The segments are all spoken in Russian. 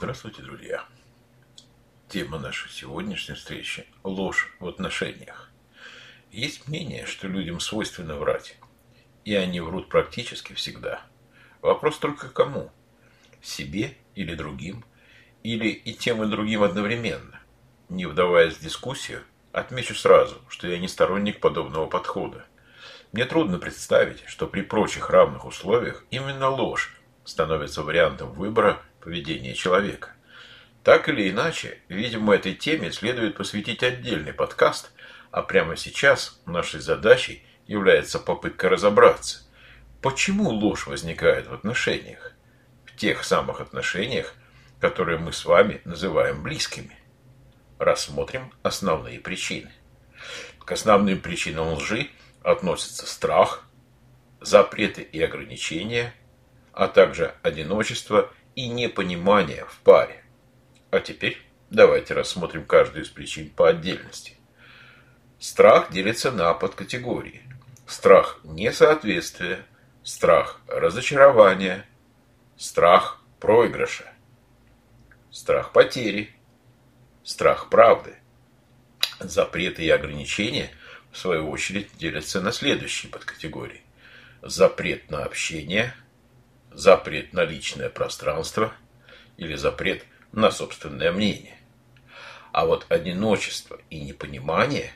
Здравствуйте, друзья! Тема нашей сегодняшней встречи – ложь в отношениях. Есть мнение, что людям свойственно врать, и они врут практически всегда. Вопрос только кому? Себе или другим? Или и тем, и другим одновременно? Не вдаваясь в дискуссию, отмечу сразу, что я не сторонник подобного подхода. Мне трудно представить, что при прочих равных условиях именно ложь становится вариантом выбора поведения человека. Так или иначе, видимо, этой теме следует посвятить отдельный подкаст, а прямо сейчас нашей задачей является попытка разобраться, почему ложь возникает в отношениях, в тех самых отношениях, которые мы с вами называем близкими. Рассмотрим основные причины. К основным причинам лжи относятся страх, запреты и ограничения, а также одиночество и непонимание в паре. А теперь давайте рассмотрим каждую из причин по отдельности. Страх делится на подкатегории. Страх несоответствия, страх разочарования, страх проигрыша, страх потери, страх правды. Запреты и ограничения, в свою очередь, делятся на следующие подкатегории. Запрет на общение, запрет на личное пространство или запрет на собственное мнение. А вот одиночество и непонимание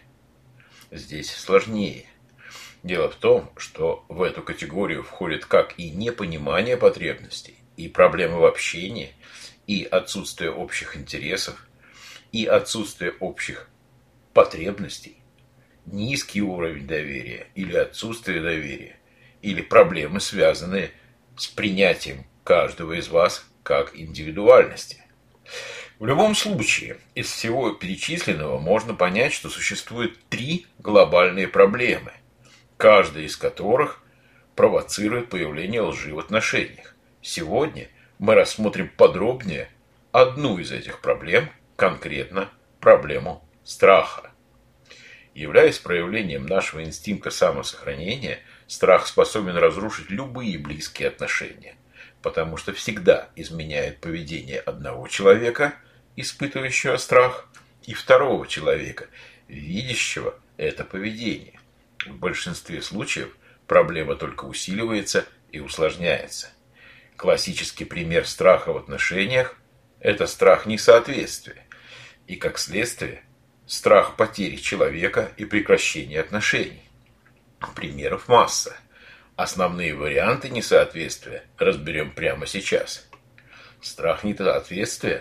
здесь сложнее. Дело в том, что в эту категорию входит как и непонимание потребностей, и проблемы в общении, и отсутствие общих интересов, и отсутствие общих потребностей, низкий уровень доверия или отсутствие доверия, или проблемы, связанные с принятием каждого из вас как индивидуальности. В любом случае, из всего перечисленного можно понять, что существует три глобальные проблемы, каждая из которых провоцирует появление лжи в отношениях. Сегодня мы рассмотрим подробнее одну из этих проблем, конкретно проблему страха. Являясь проявлением нашего инстинкта самосохранения, страх способен разрушить любые близкие отношения, потому что всегда изменяет поведение одного человека, испытывающего страх, и второго человека, видящего это поведение. В большинстве случаев проблема только усиливается и усложняется. Классический пример страха в отношениях – это страх несоответствия, и, как следствие, страх потери человека и прекращения отношений. Примеров масса. Основные варианты несоответствия разберем прямо сейчас. Страх несоответствия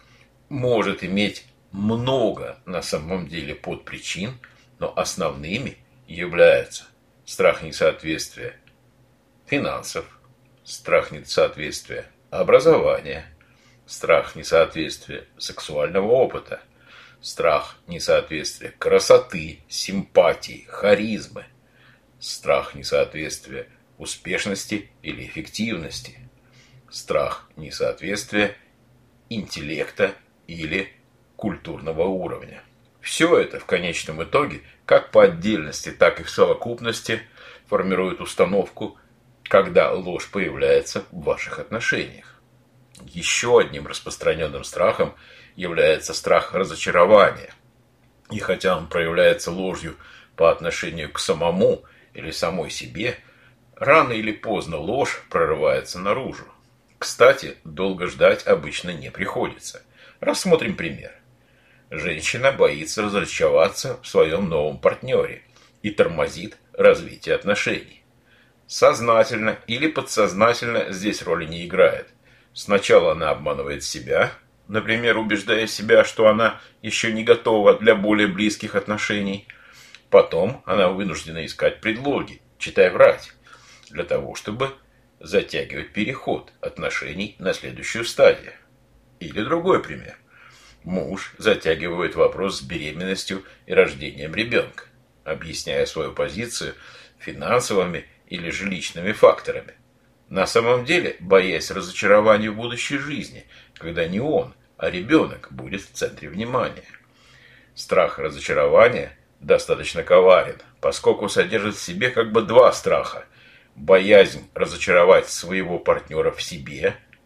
может иметь много на самом деле подпричин, но основными являются страх несоответствия финансов, страх несоответствия образования, страх несоответствия сексуального опыта, страх несоответствия красоты, симпатии, харизмы, страх несоответствия успешности или эффективности, страх несоответствия интеллекта или культурного уровня. Все это в конечном итоге, как по отдельности, так и в совокупности, формирует установку, когда ложь появляется в ваших отношениях. Еще одним распространенным страхом является страх разочарования. И хотя он проявляется ложью по отношению к самому или самой себе, рано или поздно ложь прорывается наружу. Кстати, долго ждать обычно не приходится. Рассмотрим пример. Женщина боится разочароваться в своем новом партнере и тормозит развитие отношений. Сознательно или подсознательно здесь роли не играет. Сначала она обманывает себя, например, убеждая себя, что она еще не готова для более близких отношений. Потом она вынуждена искать предлоги, читай врать, для того, чтобы затягивать переход отношений на следующую стадию. Или другой пример. Муж затягивает вопрос с беременностью и рождением ребенка, объясняя свою позицию финансовыми или жилищными факторами. На самом деле, боясь разочарования в будущей жизни, когда не он, а ребенок будет в центре внимания. Страх разочарования достаточно коварен, поскольку содержит в себе как бы два страха. Боязнь разочаровать своего партнера в себе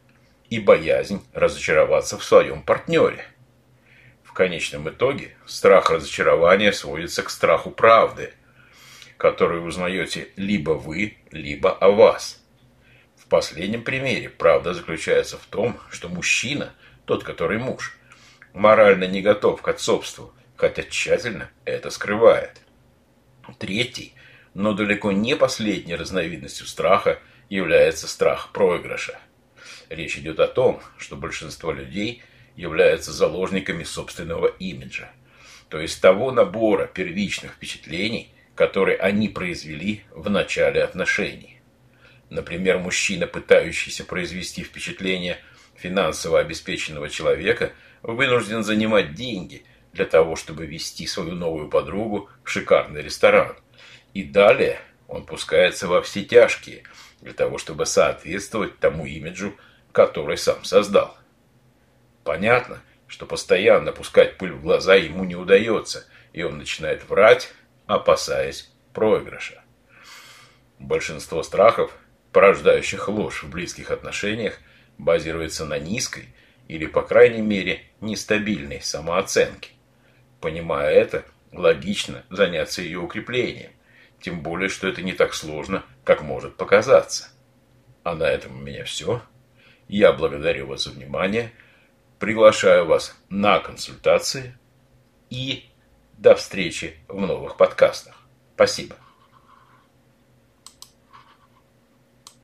и боязнь разочароваться в своем партнере. В конечном итоге страх разочарования сводится к страху правды, которую узнаете либо вы, либо о вас. В последнем примере правда заключается в том, что мужчина, тот, который муж, морально не готов к отцовству, хотя тщательно это скрывает. Третий, но далеко не последней разновидностью страха является страх проигрыша. Речь идет о том, что большинство людей являются заложниками собственного имиджа, то есть того набора первичных впечатлений, которые они произвели в начале отношений. Например, мужчина, пытающийся произвести впечатление финансово обеспеченного человека, вынужден занимать деньги для того, чтобы вести свою новую подругу в шикарный ресторан. И далее он пускается во все тяжкие для того, чтобы соответствовать тому имиджу, который сам создал. Понятно, что постоянно пускать пыль в глаза ему не удается, и он начинает врать, опасаясь проигрыша. Большинство страхов, порождающих ложь в близких отношениях, базируется на низкой или, по крайней мере, нестабильной самооценке. Понимая это, логично заняться ее укреплением, тем более, что это не так сложно, как может показаться. А на этом у меня все. Я благодарю вас за внимание, приглашаю вас на консультации и до встречи в новых подкастах. Спасибо.